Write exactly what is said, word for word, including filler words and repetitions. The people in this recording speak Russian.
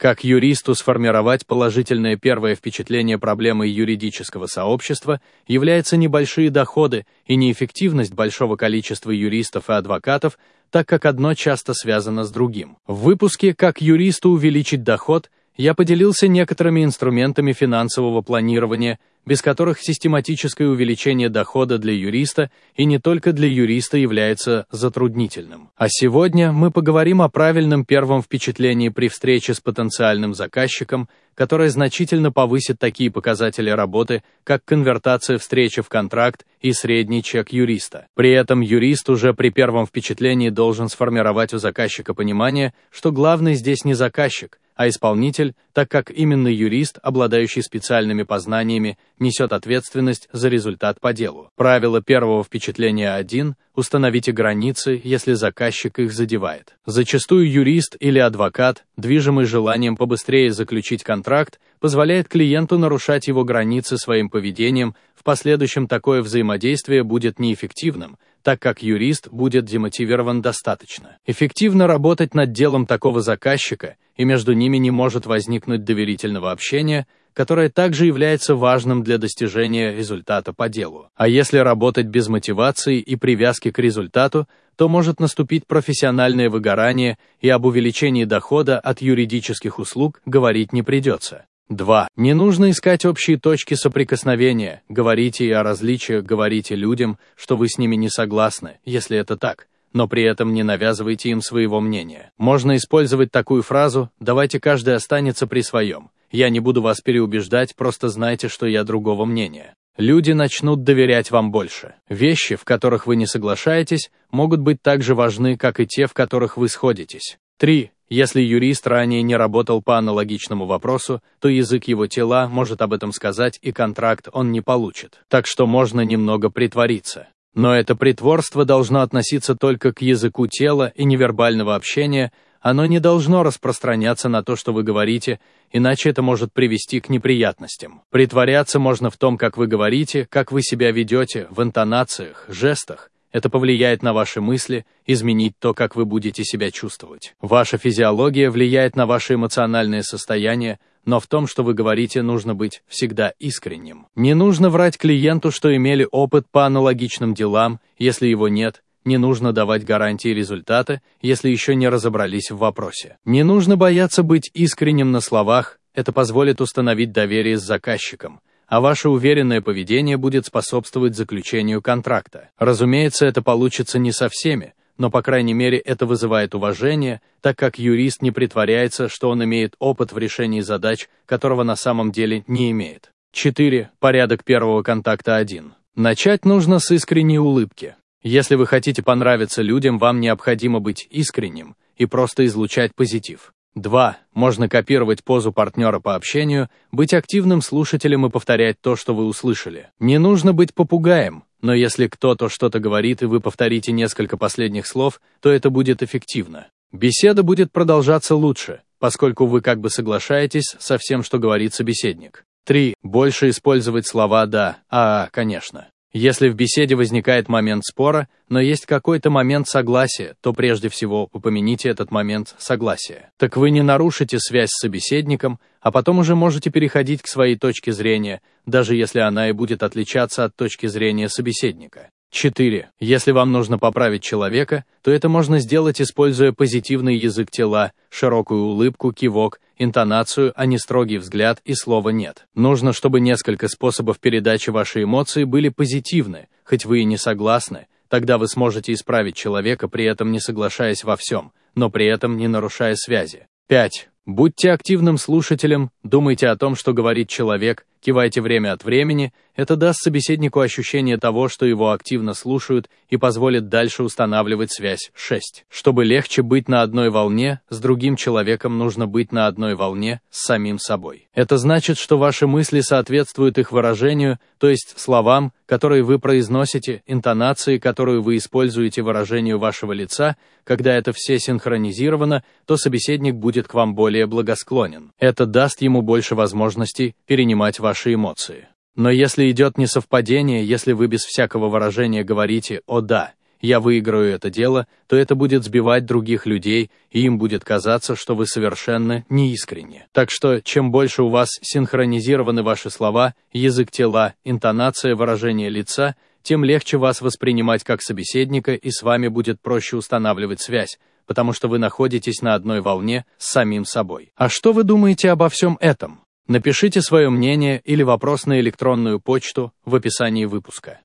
Как юристу сформировать положительное первое впечатление проблемой юридического сообщества являются небольшие доходы и неэффективность большого количества юристов и адвокатов, так как одно часто связано с другим. В выпуске «Как юристу увеличить доход» я поделился некоторыми инструментами финансового планирования, без которых систематическое увеличение дохода для юриста и не только для юриста является затруднительным. А сегодня мы поговорим о правильном первом впечатлении при встрече с потенциальным заказчиком, которое значительно повысит такие показатели работы, как конвертация встречи в контракт и средний чек юриста. При этом юрист уже при первом впечатлении должен сформировать у заказчика понимание, что главный здесь не заказчик, а исполнитель, так как именно юрист, обладающий специальными познаниями, несет ответственность за результат по делу. Правило первого впечатления один. Установите границы, если заказчик их задевает. Зачастую юрист или адвокат, движимый желанием побыстрее заключить контракт, позволяет клиенту нарушать его границы своим поведением, в последующем такое взаимодействие будет неэффективным, так как юрист будет демотивирован достаточно. Эффективно работать над делом такого заказчика, и между ними не может возникнуть доверительного общения, которое также является важным для достижения результата по делу. А если работать без мотивации и привязки к результату, то может наступить профессиональное выгорание, и об увеличении дохода от юридических услуг говорить не придется. два. Не нужно искать общие точки соприкосновения, говорите и о различиях, говорите людям, что вы с ними не согласны, если это так, но при этом не навязывайте им своего мнения. Можно использовать такую фразу «давайте каждый останется при своем». Я не буду вас переубеждать, просто знайте, что я другого мнения. Люди начнут доверять вам больше. Вещи, в которых вы не соглашаетесь, могут быть так же важны, как и те, в которых вы сходитесь. три. Если юрист ранее не работал по аналогичному вопросу, то язык его тела может об этом сказать, и контракт он не получит. Так что можно немного притвориться. Но это притворство должно относиться только к языку тела и невербального общения, оно не должно распространяться на то, что вы говорите, иначе это может привести к неприятностям. Притворяться можно в том, как вы говорите, как вы себя ведете, в интонациях, жестах. Это повлияет на ваши мысли, изменить то, как вы будете себя чувствовать. Ваша физиология влияет на ваше эмоциональное состояние, но в том, что вы говорите, нужно быть всегда искренним. Не нужно врать клиенту, что имели опыт по аналогичным делам, если его нет. Не нужно давать гарантии результата, если еще не разобрались в вопросе. Не нужно бояться быть искренним на словах, это позволит установить доверие с заказчиком, а ваше уверенное поведение будет способствовать заключению контракта. Разумеется, это получится не со всеми, но, по крайней мере, это вызывает уважение, так как юрист не притворяется, что он имеет опыт в решении задач, которого на самом деле не имеет. четыре. Порядок первого контакта один. Начать нужно с искренней улыбки. Если вы хотите понравиться людям, вам необходимо быть искренним и просто излучать позитив. два. Можно копировать позу партнера по общению, быть активным слушателем и повторять то, что вы услышали. Не нужно быть попугаем, но если кто-то что-то говорит и вы повторите несколько последних слов, то это будет эффективно. Беседа будет продолжаться лучше, поскольку вы как бы соглашаетесь со всем, что говорит собеседник. три. Больше использовать слова «да», «а», «конечно». Если в беседе возникает момент спора, но есть какой-то момент согласия, то прежде всего упомяните этот момент согласия. Так вы не нарушите связь с собеседником, а потом уже можете переходить к своей точке зрения, даже если она и будет отличаться от точки зрения собеседника. четыре. Если вам нужно поправить человека, то это можно сделать, используя позитивный язык тела, широкую улыбку, кивок, интонацию, а не строгий взгляд и слова «нет». Нужно, чтобы несколько способов передачи вашей эмоции были позитивны, хоть вы и не согласны, тогда вы сможете исправить человека, при этом не соглашаясь во всем, но при этом не нарушая связи. пять. Будьте активным слушателем, думайте о том, что говорит человек, кивайте время от времени, это даст собеседнику ощущение того, что его активно слушают, и позволит дальше устанавливать связь. шесть. Чтобы легче быть на одной волне, с другим человеком нужно быть на одной волне с самим собой. Это значит, что ваши мысли соответствуют их выражению, то есть словам, которые вы произносите, интонации, которую вы используете, выражению вашего лица. Когда это все синхронизировано, то собеседник будет к вам более благосклонен. Это даст ему больше возможностей перенимать ваши эмоции. Но если идет несовпадение, если вы без всякого выражения говорите «о да», «я выиграю это дело», то это будет сбивать других людей, и им будет казаться, что вы совершенно неискренни. Так что, чем больше у вас синхронизированы ваши слова, язык тела, интонация, выражение лица, тем легче вас воспринимать как собеседника, и с вами будет проще устанавливать связь, потому что вы находитесь на одной волне с самим собой. А что вы думаете обо всем этом? Напишите свое мнение или вопрос на электронную почту в описании выпуска.